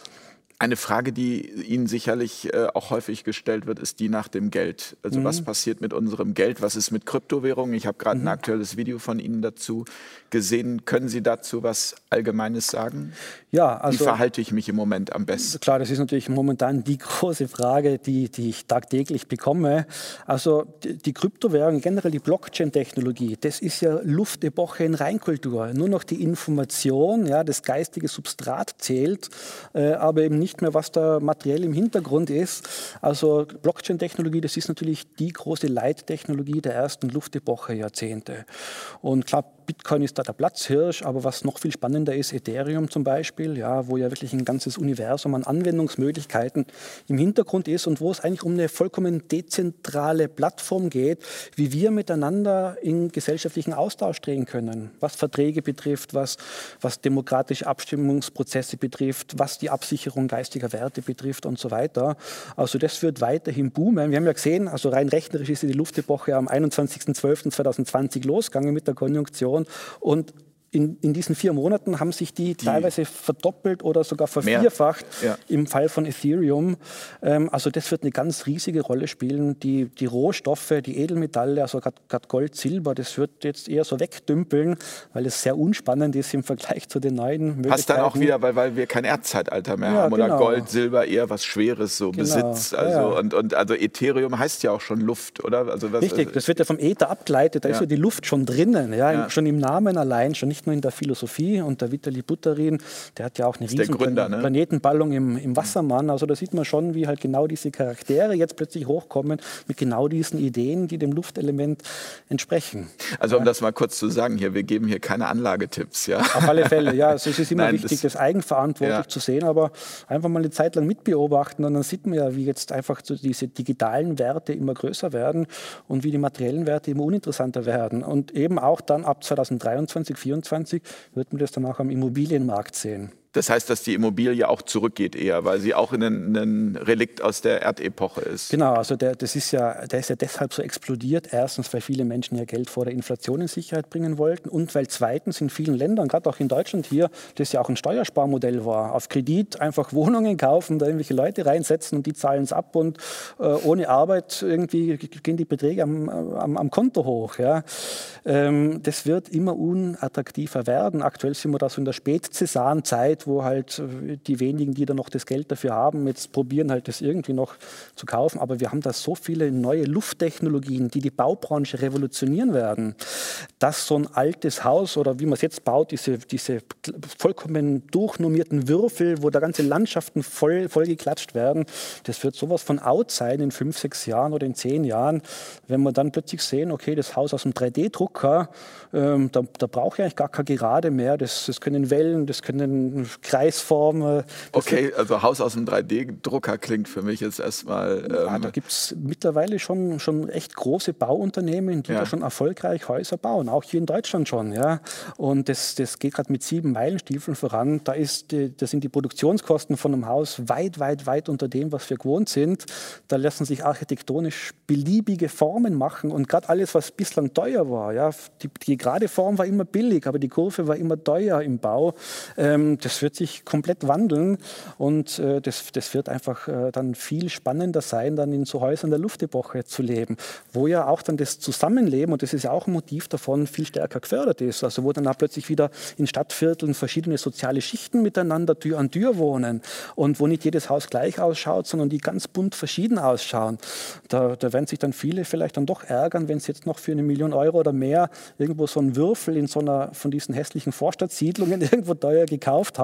Eine Frage, die Ihnen sicherlich äh, auch häufig gestellt wird, ist die nach dem Geld. Also mhm. was passiert mit unserem Geld? Was ist mit Kryptowährungen? Ich habe gerade mhm. ein aktuelles Video von Ihnen dazu gesehen. Können Sie dazu was Allgemeines sagen? Ja, also, wie verhalte ich mich im Moment am besten? Klar, das ist natürlich momentan die große Frage, die, die ich tagtäglich bekomme. Also die, die Kryptowährung, generell die Blockchain-Technologie, das ist ja Luftepoche in Reinkultur. Nur noch die Information, ja, das geistige Substrat zählt, äh, aber eben nicht mehr, was da materiell im Hintergrund ist. Also Blockchain-Technologie, das ist natürlich die große Leittechnologie der ersten Luftepoche Jahrzehnte. Und klar, Bitcoin ist da der Platzhirsch, aber was noch viel spannender ist, Ethereum zum Beispiel, ja, wo ja wirklich ein ganzes Universum an Anwendungsmöglichkeiten im Hintergrund ist und wo es eigentlich um eine vollkommen dezentrale Plattform geht, wie wir miteinander in gesellschaftlichen Austausch treten können, was Verträge betrifft, was, was demokratische Abstimmungsprozesse betrifft, was die Absicherung geistiger Werte betrifft und so weiter. Also das wird weiterhin boomen. Wir haben ja gesehen, also rein rechnerisch ist die Luftepoche am einundzwanzigsten zwölften zweitausendzwanzig losgegangen mit der Konjunktion. Und in, in diesen vier Monaten haben sich die, die teilweise verdoppelt oder sogar vervierfacht ja. im Fall von Ethereum. Ähm, also das wird eine ganz riesige Rolle spielen. Die, die Rohstoffe, die Edelmetalle, also gerade Gold, Silber, das wird jetzt eher so wegdümpeln, weil es sehr unspannend ist im Vergleich zu den neuen Möglichkeiten. Passt dann auch wieder, weil, weil wir kein Erdzeitalter mehr ja, haben oder genau. Gold, Silber eher was Schweres, so genau. Besitz. Also, ja. und, und, also Ethereum heißt ja auch schon Luft, oder? Also was, Richtig, also, das wird ja vom Äther abgeleitet, da ja. ist ja die Luft schon drinnen, ja, ja. schon im Namen allein, schon nicht nur in der Philosophie. Und der Vitali Buterin, der hat ja auch eine riesen Gründer, ne? Planetenballung im, im Wassermann. Also da sieht man schon, wie halt genau diese Charaktere jetzt plötzlich hochkommen mit genau diesen Ideen, die dem Luftelement entsprechen. Also um ja. das mal kurz zu sagen hier, wir geben hier keine Anlagetipps. Ja? Auf alle Fälle, ja. Also es ist immer Nein, wichtig, das, das eigenverantwortlich ja. zu sehen, aber einfach mal eine Zeit lang mitbeobachten und dann sieht man ja, wie jetzt einfach so diese digitalen Werte immer größer werden und wie die materiellen Werte immer uninteressanter werden. Und eben auch dann ab zweitausenddreiundzwanzig, zweitausendvierundzwanzig wird man das dann auch am Immobilienmarkt sehen. Das heißt, dass die Immobilie auch zurückgeht eher, weil sie auch ein, ein Relikt aus der Erdepoche ist. Genau, also der, das ist ja, der ist ja deshalb so explodiert. Erstens, weil viele Menschen ja Geld vor der Inflation in Sicherheit bringen wollten und weil zweitens in vielen Ländern, gerade auch in Deutschland hier, das ja auch ein Steuersparmodell war. Auf Kredit einfach Wohnungen kaufen, da irgendwelche Leute reinsetzen und die zahlen es ab und äh, ohne Arbeit irgendwie gehen die Beträge am, am, am Konto hoch. Ja. Ähm, das wird immer unattraktiver werden. Aktuell sind wir da so in der Spätzäsar-Zeit, wo halt die wenigen, die da noch das Geld dafür haben, jetzt probieren halt das irgendwie noch zu kaufen. Aber wir haben da so viele neue Lufttechnologien, die die Baubranche revolutionieren werden, dass so ein altes Haus oder wie man es jetzt baut, diese, diese vollkommen durchnummierten Würfel, wo da ganze Landschaften voll, voll geklatscht werden, das wird sowas von out sein in fünf, sechs Jahren oder in zehn Jahren, wenn wir dann plötzlich sehen, okay, das Haus aus einem drei D Drucker, ähm, da, da brauche ich eigentlich gar keine Gerade mehr, das, das können Wellen, das können Kreisform. Okay, also Haus aus dem drei D Drucker klingt für mich jetzt erstmal... Ähm ja, da gibt es mittlerweile schon, schon echt große Bauunternehmen, die ja. da schon erfolgreich Häuser bauen, auch hier in Deutschland schon. Ja. Und das, das geht gerade mit sieben Meilenstiefeln voran. Da, ist die, da sind die Produktionskosten von einem Haus weit, weit, weit unter dem, was wir gewohnt sind. Da lassen sich architektonisch beliebige Formen machen und gerade alles, was bislang teuer war. Ja. Die, die gerade Form war immer billig, aber die Kurve war immer teuer im Bau. Ähm, das wird sich komplett wandeln und äh, das, das wird einfach äh, dann viel spannender sein, dann in so Häusern der Luftepoche zu leben, wo ja auch dann das Zusammenleben, und das ist ja auch ein Motiv davon, viel stärker gefördert ist. Also wo dann auch plötzlich wieder in Stadtvierteln verschiedene soziale Schichten miteinander Tür an Tür wohnen und wo nicht jedes Haus gleich ausschaut, sondern die ganz bunt verschieden ausschauen. Da, da werden sich dann viele vielleicht dann doch ärgern, wenn es jetzt noch für eine Million Euro oder mehr irgendwo so einen Würfel in so einer von diesen hässlichen Vorstadtsiedlungen irgendwo teuer gekauft haben.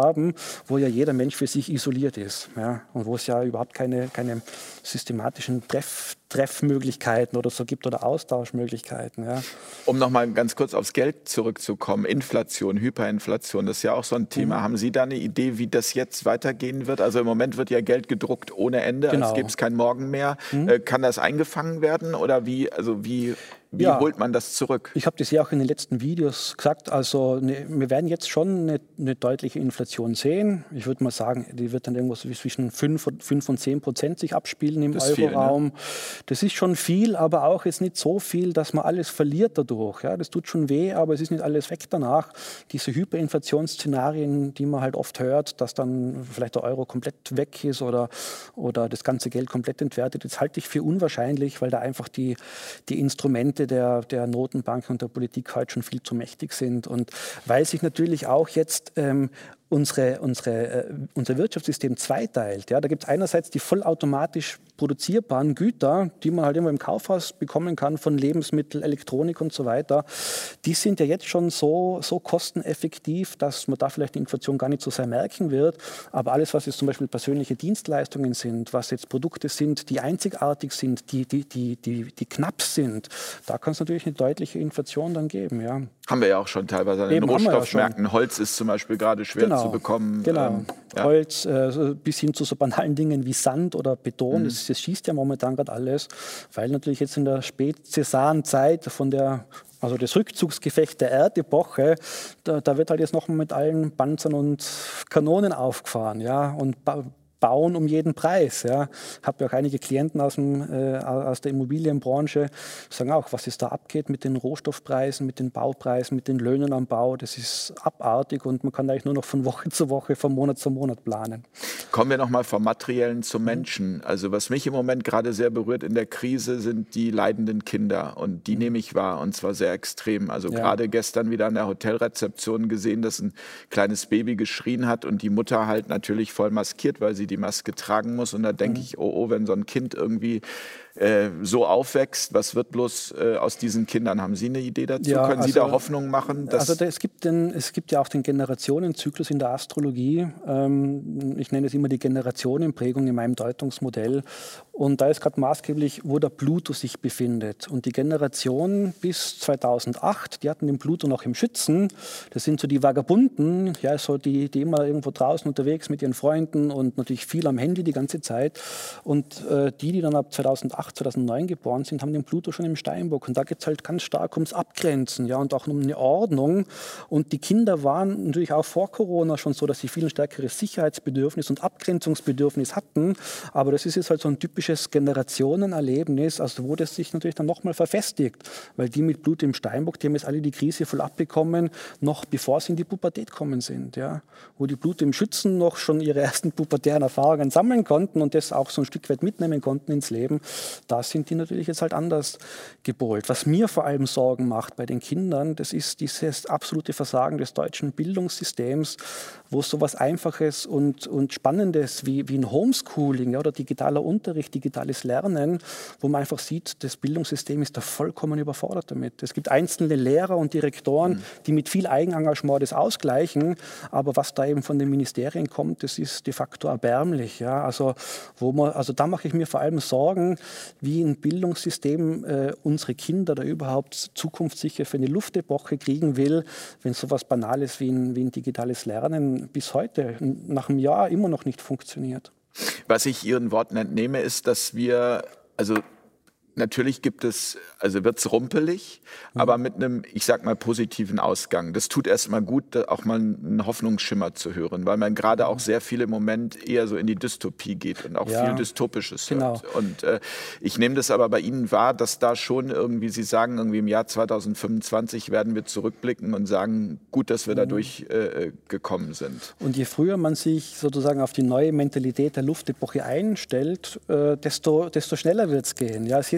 haben, wo ja jeder Mensch für sich isoliert ist. Ja? Und wo es ja überhaupt keine, keine systematischen Treff, Treffmöglichkeiten oder so gibt oder Austauschmöglichkeiten. Ja. Um noch mal ganz kurz aufs Geld zurückzukommen, Inflation, Hyperinflation, das ist ja auch so ein Thema. Mhm. Haben Sie da eine Idee, wie das jetzt weitergehen wird? Also im Moment wird ja Geld gedruckt ohne Ende, genau. Als gäbe es kein Morgen mehr. Mhm. Äh, kann das eingefangen werden oder wie, also wie, wie ja. holt man das zurück? Ich habe das ja auch in den letzten Videos gesagt. Also ne, wir werden jetzt schon eine, eine deutliche Inflation sehen. Ich würde mal sagen, die wird dann irgendwo so zwischen fünf und zehn Prozent sich abspielen im Euroraum. Ne? Das ist schon viel, aber auch jetzt nicht so viel, dass man alles verliert dadurch. Ja, das tut schon weh, aber es ist nicht alles weg danach. Diese Hyperinflationsszenarien, die man halt oft hört, dass dann vielleicht der Euro komplett weg ist oder, oder das ganze Geld komplett entwertet, das halte ich für unwahrscheinlich, weil da einfach die, die Instrumente der, der Notenbank und der Politik halt schon viel zu mächtig sind. Und weil sich natürlich auch jetzt ähm, unsere, unsere, äh, unser Wirtschaftssystem zweiteilt. Ja, da gibt es einerseits die vollautomatisch produzierbaren Güter, die man halt immer im Kaufhaus bekommen kann, von Lebensmitteln, Elektronik und so weiter. Die sind ja jetzt schon so, so kosteneffektiv, dass man da vielleicht die Inflation gar nicht so sehr merken wird. Aber alles, was jetzt zum Beispiel persönliche Dienstleistungen sind, was jetzt Produkte sind, die einzigartig sind, die, die, die, die, die knapp sind, da kann es natürlich eine deutliche Inflation dann geben. Ja. Haben wir ja auch schon teilweise an den Eben Rohstoffmärkten. Ja, Holz ist zum Beispiel gerade schwer genau, zu bekommen. Genau, ähm, ja. Holz äh, bis hin zu so banalen Dingen wie Sand oder Beton. Mhm. Das, das schießt ja momentan gerade alles, weil natürlich jetzt in der Spätcäsaren-Zeit von der Also das Rückzugsgefecht der Erdepoche, da, da wird halt jetzt noch mit allen Panzern und Kanonen aufgefahren, ja, und ba bauen um jeden Preis. Ja. Ich habe ja auch einige Klienten aus, dem, äh, aus der Immobilienbranche, sagen auch, was es da abgeht mit den Rohstoffpreisen, mit den Baupreisen, mit den Löhnen am Bau. Das ist abartig und man kann eigentlich nur noch von Woche zu Woche, von Monat zu Monat planen. Kommen wir noch mal vom Materiellen zum Menschen. Also was mich im Moment gerade sehr berührt in der Krise, sind die leidenden Kinder. Und die mhm. nehme ich wahr, und zwar sehr extrem. Also ja. gerade gestern wieder an der Hotelrezeption gesehen, dass ein kleines Baby geschrien hat und die Mutter halt natürlich voll maskiert, weil sie die Maske tragen muss. Und da denke mhm. ich, oh, oh, wenn so ein Kind irgendwie äh, so aufwächst, was wird bloß äh, aus diesen Kindern? Haben Sie eine Idee dazu? Ja, Können also, Sie da Hoffnung machen? Dass also es gibt, den, es gibt ja auch den Generationenzyklus in der Astrologie. Ähm, ich nenne es immer die Generationenprägung in meinem Deutungsmodell. Und da ist gerade maßgeblich, wo der Pluto sich befindet. Und die Generation bis zweitausendacht, die hatten den Pluto noch im Schützen. Das sind so die Vagabunden, ja, so die, die immer irgendwo draußen unterwegs mit ihren Freunden und natürlich viel am Handy die ganze Zeit. Und äh, die, die dann ab zweitausendacht, zweitausendneun geboren sind, haben den Pluto schon im Steinbock. Und da geht es halt ganz stark ums Abgrenzen, ja, und auch um eine Ordnung. Und die Kinder waren natürlich auch vor Corona schon so, dass sie viel ein stärkeres Sicherheitsbedürfnis und Abgrenzungsbedürfnis hatten. Aber das ist jetzt halt so ein typisches Generationenerlebnis, also wo das sich natürlich dann nochmal verfestigt. Weil die mit Blut im Steinbock, die haben jetzt alle die Krise voll abbekommen, noch bevor sie in die Pubertät kommen sind. Ja. Wo die Blut im Schützen noch schon ihre ersten pubertären Erfahrungen sammeln konnten und das auch so ein Stück weit mitnehmen konnten ins Leben, da sind die natürlich jetzt halt anders gepolt. Was mir vor allem Sorgen macht bei den Kindern, das ist dieses absolute Versagen des deutschen Bildungssystems, wo es so was Einfaches und, und Spannendes wie, wie ein Homeschooling, ja, oder digitaler Unterricht, digitales Lernen, wo man einfach sieht, das Bildungssystem ist da vollkommen überfordert damit. Es gibt einzelne Lehrer und Direktoren, mhm. die mit viel Eigenengagement das ausgleichen, aber was da eben von den Ministerien kommt, das ist de facto erbärmlich. Ja. Also, wo man, also da mache ich mir vor allem Sorgen, wie ein Bildungssystem äh, unsere Kinder da überhaupt zukunftssicher für eine Luftepoche kriegen will, wenn sowas Banales wie ein, wie ein digitales Lernen bis heute, nach einem Jahr, immer noch nicht funktioniert. Was ich Ihren Worten entnehme, ist, dass wir, also natürlich gibt es, also wird es rumpelig, mhm. aber mit einem, ich sag mal, positiven Ausgang. Das tut erstmal gut, auch mal einen Hoffnungsschimmer zu hören, weil man gerade auch sehr viel im Moment eher so in die Dystopie geht und auch ja, viel Dystopisches genau. hört. Und äh, ich nehme das aber bei Ihnen wahr, dass da schon irgendwie, Sie sagen, irgendwie im Jahr zweitausendfünfundzwanzig werden wir zurückblicken und sagen, gut, dass wir mhm. dadurch äh, gekommen sind. Und je früher man sich sozusagen auf die neue Mentalität der Luftepoche einstellt, äh, desto, desto schneller wird es gehen. Ja, es ist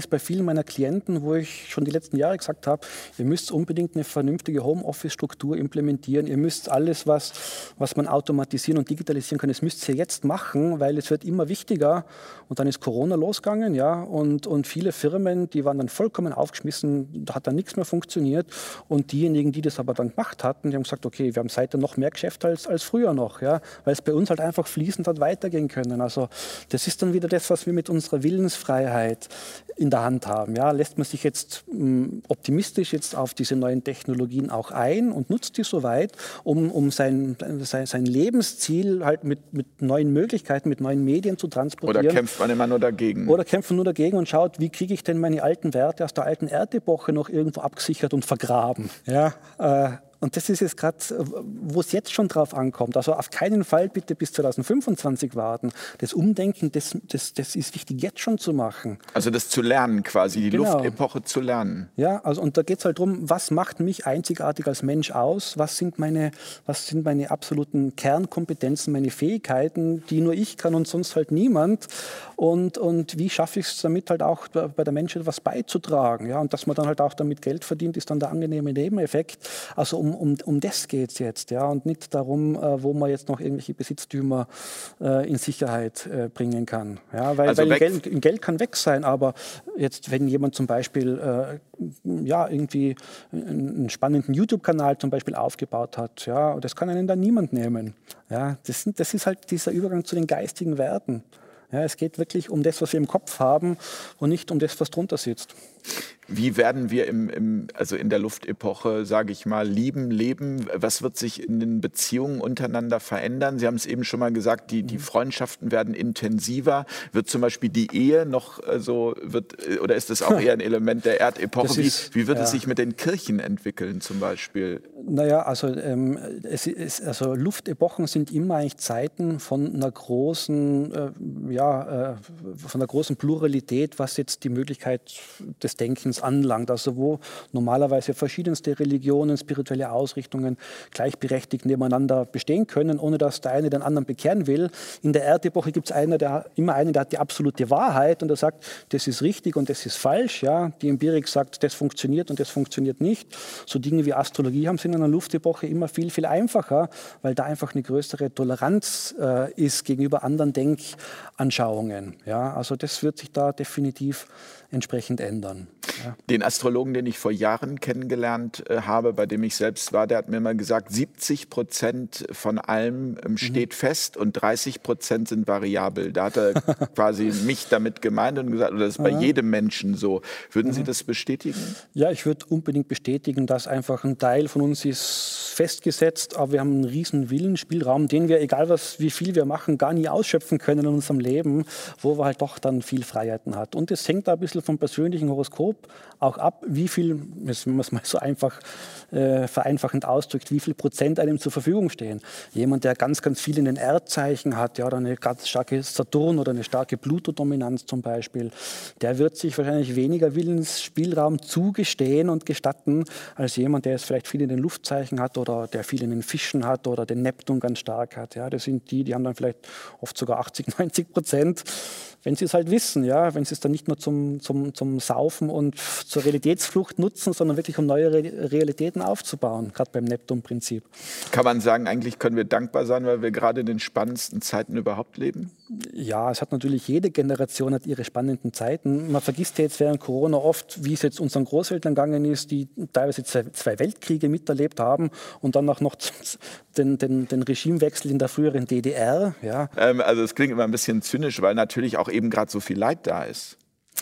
bei vielen meiner Klienten, wo ich schon die letzten Jahre gesagt habe, ihr müsst unbedingt eine vernünftige Homeoffice-Struktur implementieren. Ihr müsst alles, was, was man automatisieren und digitalisieren kann, das müsst ihr jetzt machen, weil es wird immer wichtiger. Und dann ist Corona losgegangen, ja, und, und viele Firmen, die waren dann vollkommen aufgeschmissen, da hat dann nichts mehr funktioniert. Und diejenigen, die das aber dann gemacht hatten, die haben gesagt, okay, wir haben seitdem noch mehr Geschäft als, als früher noch, ja, weil es bei uns halt einfach fließend hat weitergehen können. Also das ist dann wieder das, was wir mit unserer Willensfreiheit in der Hand haben. Ja, lässt man sich jetzt mh, optimistisch jetzt auf diese neuen Technologien auch ein und nutzt die so weit, um, um sein, sein, sein Lebensziel halt mit, mit neuen Möglichkeiten, mit neuen Medien zu transportieren. Oder kämpft man immer nur dagegen? Oder kämpft man nur dagegen und schaut, wie kriege ich denn meine alten Werte aus der alten Erdepoche noch irgendwo abgesichert und vergraben. Ja, äh, Und das ist jetzt gerade, wo es jetzt schon drauf ankommt. Also auf keinen Fall bitte bis zweitausendfünfundzwanzig warten. Das Umdenken, das, das, das ist wichtig, jetzt schon zu machen. Also das zu lernen quasi, die Genau. Luftepoche zu lernen. Ja, also und da geht es halt darum, was macht mich einzigartig als Mensch aus? Was sind meine, was sind meine absoluten Kernkompetenzen, meine Fähigkeiten, die nur ich kann und sonst halt niemand? Und, und wie schaffe ich es damit halt auch bei der Menschheit was beizutragen? Ja, und dass man dann halt auch damit Geld verdient, ist dann der angenehme Nebeneffekt. Also um Um, um das geht es jetzt, ja, und nicht darum, äh, wo man jetzt noch irgendwelche Besitztümer äh, in Sicherheit äh, bringen kann. Ja, weil also weil Geld, Geld kann weg sein, aber jetzt, wenn jemand zum Beispiel äh, ja, irgendwie einen spannenden YouTube-Kanal zum Beispiel aufgebaut hat, ja, das kann einen dann niemand nehmen. Ja, das, sind, das ist halt dieser Übergang zu den geistigen Werten. Ja, es geht wirklich um das, was wir im Kopf haben und nicht um das, was drunter sitzt. Wie werden wir im, im, also in der Luftepoche, sage ich mal, lieben, leben? Was wird sich in den Beziehungen untereinander verändern? Sie haben es eben schon mal gesagt, die, die Freundschaften werden intensiver. Wird zum Beispiel die Ehe noch so, wird, oder ist das auch eher ein Element der Erdepoche? Ist, wie, wie wird ja. es sich mit den Kirchen entwickeln zum Beispiel? Naja, also, ähm, es ist, also Luftepochen sind immer eigentlich Zeiten von einer großen, äh, ja, äh, von einer großen Pluralität, was jetzt die Möglichkeit des Denkens anlangt. Also wo normalerweise verschiedenste Religionen, spirituelle Ausrichtungen gleichberechtigt nebeneinander bestehen können, ohne dass der eine den anderen bekehren will. In der Erdepoche gibt es einer, der, immer einen, der hat die absolute Wahrheit und der sagt, das ist richtig und das ist falsch. Ja? Die Empirik sagt, das funktioniert und das funktioniert nicht. So Dinge wie Astrologie haben sie in einer Luftepoche immer viel, viel einfacher, weil da einfach eine größere Toleranz äh, ist gegenüber anderen Denkanschauungen. Ja? Also das wird sich da definitiv entsprechend ändern. Ja. Den Astrologen, den ich vor Jahren kennengelernt äh, habe, bei dem ich selbst war, der hat mir mal gesagt, siebzig Prozent von allem ähm, steht mhm. fest und dreißig Prozent sind variabel. Da hat er quasi mich damit gemeint und gesagt, das ist bei mhm. jedem Menschen so. Würden mhm. Sie das bestätigen? Ja, ich würde unbedingt bestätigen, dass einfach ein Teil von uns ist festgesetzt, aber wir haben einen riesen Willensspielraum, den wir, egal was, wie viel wir machen, gar nie ausschöpfen können in unserem Leben, wo wir halt doch dann viel Freiheiten hat. Und es hängt da ein bisschen vom persönlichen Horoskop auch ab, wie viel, wenn man es mal so einfach äh, vereinfachend ausdrückt, wie viel Prozent einem zur Verfügung stehen. Jemand, der ganz, ganz viel in den Erdzeichen hat, ja, oder eine ganz starke Saturn- oder eine starke Pluto-Dominanz zum Beispiel, der wird sich wahrscheinlich weniger Willensspielraum zugestehen und gestatten, als jemand, der es vielleicht viel in den Luftzeichen hat oder der viel in den Fischen hat oder den Neptun ganz stark hat. Ja, das sind die, die haben dann vielleicht oft sogar achtzig, neunzig Prozent. Wenn sie es halt wissen, ja, wenn sie es dann nicht nur zum, zum, zum Saufen und zur Realitätsflucht nutzen, sondern wirklich um neue Re Realitäten aufzubauen, gerade beim Neptun-Prinzip. Kann man sagen, eigentlich können wir dankbar sein, weil wir gerade in den spannendsten Zeiten überhaupt leben? Ja, es hat natürlich, jede Generation hat ihre spannenden Zeiten. Man vergisst ja jetzt während Corona oft, wie es jetzt unseren Großeltern gegangen ist, die teilweise zwei, zwei Weltkriege miterlebt haben und dann auch noch den, den, den Regimewechsel in der früheren D D R. Ja. Ähm, also es klingt immer ein bisschen zynisch, weil natürlich auch eben gerade so viel Leid da ist.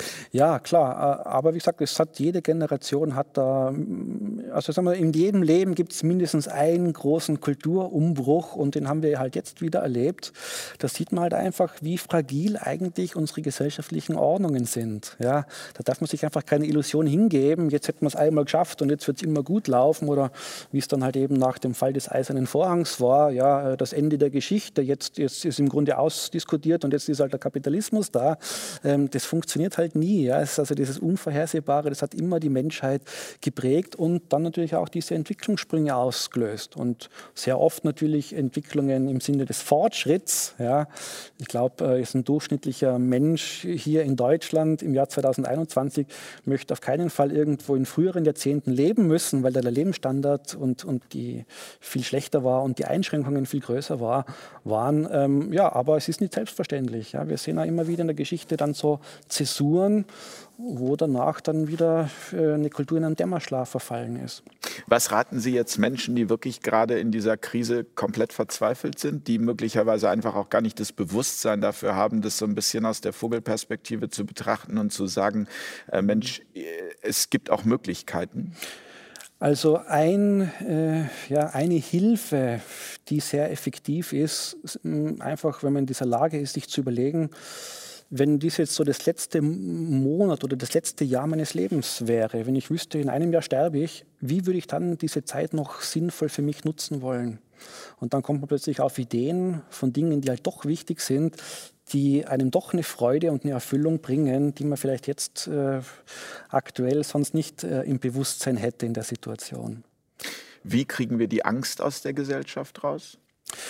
Ja, klar, aber wie gesagt, es hat, jede Generation hat da, also sagen wir, in jedem Leben gibt es mindestens einen großen Kulturumbruch und den haben wir halt jetzt wieder erlebt. Da sieht man halt einfach, wie fragil eigentlich unsere gesellschaftlichen Ordnungen sind. Ja, da darf man sich einfach keine Illusion hingeben, jetzt hätten wir es einmal geschafft und jetzt wird es immer gut laufen oder wie es dann halt eben nach dem Fall des Eisernen Vorhangs war, ja, das Ende der Geschichte, jetzt, jetzt ist im Grunde ausdiskutiert und jetzt ist halt der Kapitalismus da. Das funktioniert halt nie. nie. Ja. Es ist also dieses Unvorhersehbare, das hat immer die Menschheit geprägt und dann natürlich auch diese Entwicklungssprünge ausgelöst. Und sehr oft natürlich Entwicklungen im Sinne des Fortschritts. Ja. Ich glaube, ist ein durchschnittlicher Mensch hier in Deutschland im Jahr zweitausendeinundzwanzig möchte auf keinen Fall irgendwo in früheren Jahrzehnten leben müssen, weil da der Lebensstandard und, und die viel schlechter war und die Einschränkungen viel größer war, waren. Ähm, ja, aber es ist nicht selbstverständlich. Ja. Wir sehen auch immer wieder in der Geschichte dann so Zäsuren, wo danach dann wieder eine Kultur in einen Dämmerschlaf verfallen ist. Was raten Sie jetzt Menschen, die wirklich gerade in dieser Krise komplett verzweifelt sind, die möglicherweise einfach auch gar nicht das Bewusstsein dafür haben, das so ein bisschen aus der Vogelperspektive zu betrachten und zu sagen, äh, Mensch, es gibt auch Möglichkeiten? Also ein, äh, ja, eine Hilfe, die sehr effektiv ist, ist einfach, wenn man in dieser Lage ist, sich zu überlegen, wenn dies jetzt so das letzte Monat oder das letzte Jahr meines Lebens wäre, wenn ich wüsste, in einem Jahr sterbe ich, wie würde ich dann diese Zeit noch sinnvoll für mich nutzen wollen? Und dann kommt man plötzlich auf Ideen von Dingen, die halt doch wichtig sind, die einem doch eine Freude und eine Erfüllung bringen, die man vielleicht jetzt äh, aktuell sonst nicht äh, im Bewusstsein hätte in der Situation. Wie kriegen wir die Angst aus der Gesellschaft raus?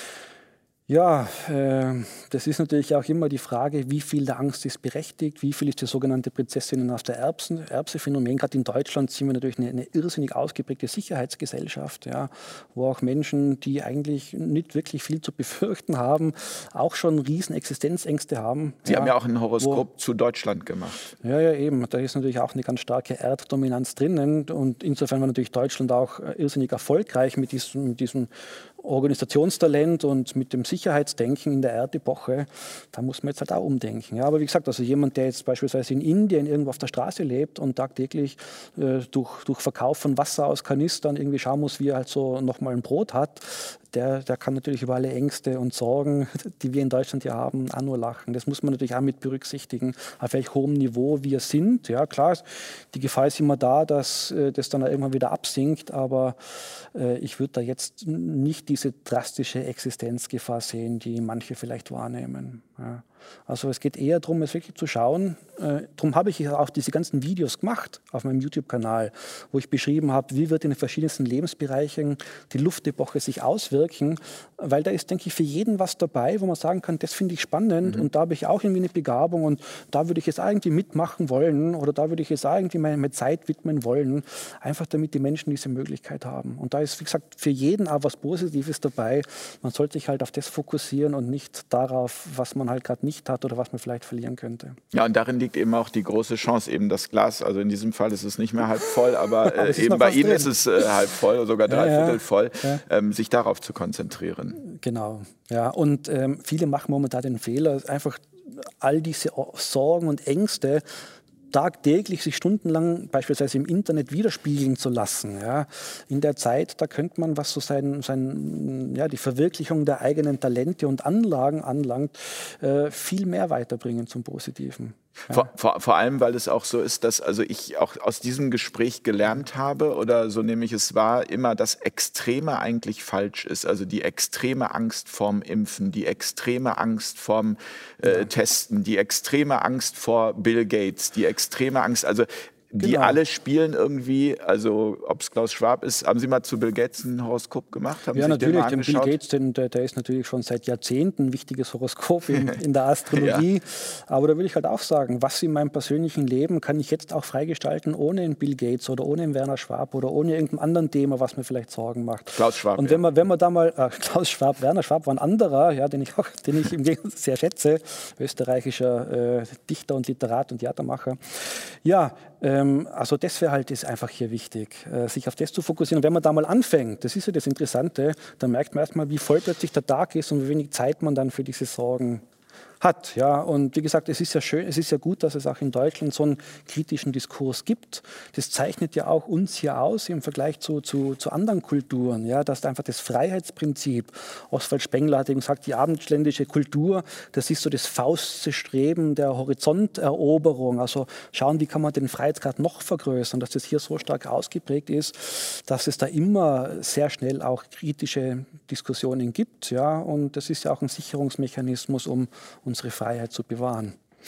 Ja, äh, das ist natürlich auch immer die Frage, wie viel der Angst ist berechtigt, wie viel ist das sogenannte Prinzessinnen aus der Erbsen, Erbse-Phänomen. Gerade in Deutschland sind wir natürlich eine, eine irrsinnig ausgeprägte Sicherheitsgesellschaft, ja, wo auch Menschen, die eigentlich nicht wirklich viel zu befürchten haben, auch schon riesen Existenzängste haben. Sie ja, haben ja auch ein Horoskop wo, zu Deutschland gemacht. Ja, ja, eben. Da ist natürlich auch eine ganz starke Erddominanz drinnen. Und insofern war natürlich Deutschland auch irrsinnig erfolgreich mit diesem, mit diesem Organisationstalent und mit dem Sicherheitsdenken in der Erdepoche. Da muss man jetzt halt auch umdenken. Ja, aber wie gesagt, also jemand, der jetzt beispielsweise in Indien irgendwo auf der Straße lebt und tagtäglich äh, durch, durch Verkauf von Wasser aus Kanistern irgendwie schauen muss, wie er halt so nochmal ein Brot hat, der, der kann natürlich über alle Ängste und Sorgen, die wir in Deutschland ja haben, auch nur lachen. Das muss man natürlich auch mit berücksichtigen, auf welch hohem Niveau wir sind. Ja, klar, die Gefahr ist immer da, dass äh, das dann irgendwann wieder absinkt, aber äh, ich würde da jetzt nicht diese drastische Existenzgefahr sehen, die manche vielleicht wahrnehmen. Ja. Also es geht eher darum, es wirklich zu schauen. Äh, darum habe ich auch diese ganzen Videos gemacht auf meinem YouTube-Kanal, wo ich beschrieben habe, wie wird in den verschiedensten Lebensbereichen die Luftepoche sich auswirken, weil da ist, denke ich, für jeden was dabei, wo man sagen kann, das finde ich spannend mhm. und da habe ich auch irgendwie eine Begabung und da würde ich jetzt irgendwie mitmachen wollen oder da würde ich jetzt irgendwie meine, meine Zeit widmen wollen, einfach damit die Menschen diese Möglichkeit haben. Und da ist, wie gesagt, für jeden auch was Positives dabei. Man sollte sich halt auf das fokussieren und nicht darauf, was man halt gerade nicht hat oder was man vielleicht verlieren könnte. Ja, und darin liegt eben auch die große Chance, eben das Glas, also in diesem Fall ist es nicht mehr halb voll, aber, äh, aber eben bei Ihnen drin. Ist es äh, halb voll oder sogar dreiviertel ja, ja. voll, ja. Ähm, sich darauf zu konzentrieren. Genau, ja, und ähm, viele machen momentan den Fehler, einfach all diese Sorgen und Ängste tagtäglich sich stundenlang beispielsweise im Internet widerspiegeln zu lassen. Ja. In der Zeit, da könnte man, was so sein, sein, ja, die Verwirklichung der eigenen Talente und Anlagen anlangt, äh, viel mehr weiterbringen zum Positiven. Ja. Vor, vor, vor allem, weil es auch so ist, dass also ich auch aus diesem Gespräch gelernt habe, oder so nehme ich es wahr, immer das Extreme eigentlich falsch ist. Also die extreme Angst vorm Impfen, die extreme Angst vorm äh, ja. Testen, die extreme Angst vor Bill Gates, die extreme Angst, also die genau. alle spielen irgendwie, also ob es Klaus Schwab ist, haben Sie mal zu Bill Gates ein Horoskop gemacht? Haben ja, Sie natürlich, den den Bill Gates, den, der, der ist natürlich schon seit Jahrzehnten ein wichtiges Horoskop in, in der Astrologie. Ja. Aber da will ich halt auch sagen, was in meinem persönlichen Leben kann ich jetzt auch freigestalten, ohne einen Bill Gates oder ohne einen Werner Schwab oder ohne irgendeinem anderen Thema, was mir vielleicht Sorgen macht. Klaus Schwab. Und wenn man, wenn man da mal, äh, Klaus Schwab, Werner Schwab war ein anderer, ja, den ich auch, den ich im Gegensatz sehr schätze, österreichischer äh, Dichter und Literat und Theatermacher. Ja, ähm, also das wäre halt ist einfach hier wichtig, äh, sich auf das zu fokussieren. Und wenn man da mal anfängt, das ist ja das Interessante, dann merkt man erstmal, wie voll plötzlich der Tag ist und wie wenig Zeit man dann für diese Sorgen hat. Ja. Und wie gesagt, es ist ja schön, es ist ja gut, dass es auch in Deutschland so einen kritischen Diskurs gibt. Das zeichnet ja auch uns hier aus im Vergleich zu, zu, zu anderen Kulturen, ja, dass einfach das Freiheitsprinzip, Oswald Spengler hat eben gesagt, die abendländische Kultur, das ist so das Fauststreben der Horizonteroberung, also schauen, wie kann man den Freiheitsgrad noch vergrößern, dass das hier so stark ausgeprägt ist, dass es da immer sehr schnell auch kritische Diskussionen gibt, ja, und das ist ja auch ein Sicherungsmechanismus, um unsere Freiheit zu bewahren.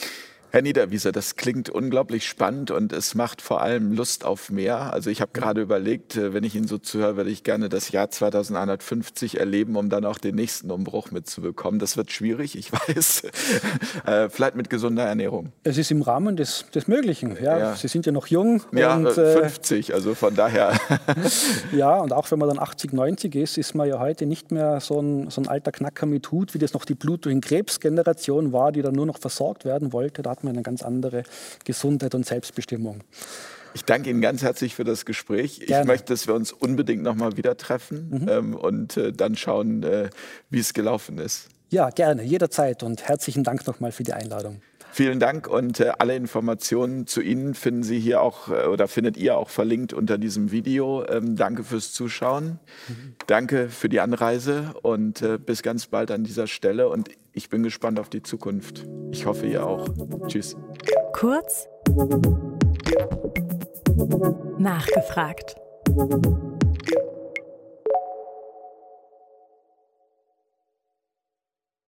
Herr Niederwieser, das klingt unglaublich spannend und es macht vor allem Lust auf mehr. Also ich habe gerade überlegt, wenn ich Ihnen so zuhöre, würde ich gerne das Jahr zweitausendeinhundertfünfzig erleben, um dann auch den nächsten Umbruch mitzubekommen. Das wird schwierig, ich weiß. äh, vielleicht mit gesunder Ernährung. Es ist im Rahmen des, des Möglichen. Ja. Ja. Sie sind ja noch jung. Ja, und, äh, fünfzig, also von daher. Ja, und auch wenn man dann achtzig, neunzig ist, ist man ja heute nicht mehr so ein, so ein alter Knacker mit Hut, wie das noch die Blut- und Krebsgeneration war, die dann nur noch versorgt werden wollte. Da hat man eine ganz andere Gesundheit und Selbstbestimmung. Ich danke Ihnen ganz herzlich für das Gespräch. Gerne. Ich möchte, dass wir uns unbedingt noch mal wieder treffen mhm. ähm, und äh, dann schauen, äh, wie es gelaufen ist. Ja, gerne, jederzeit. Und herzlichen Dank nochmal für die Einladung. Vielen Dank und äh, alle Informationen zu Ihnen finden Sie hier auch äh, oder findet ihr auch verlinkt unter diesem Video. Ähm, danke fürs Zuschauen. Mhm. Danke für die Anreise und äh, bis ganz bald an dieser Stelle. Und ich bin gespannt auf die Zukunft. Ich hoffe, ihr auch. Tschüss. Kurz nachgefragt.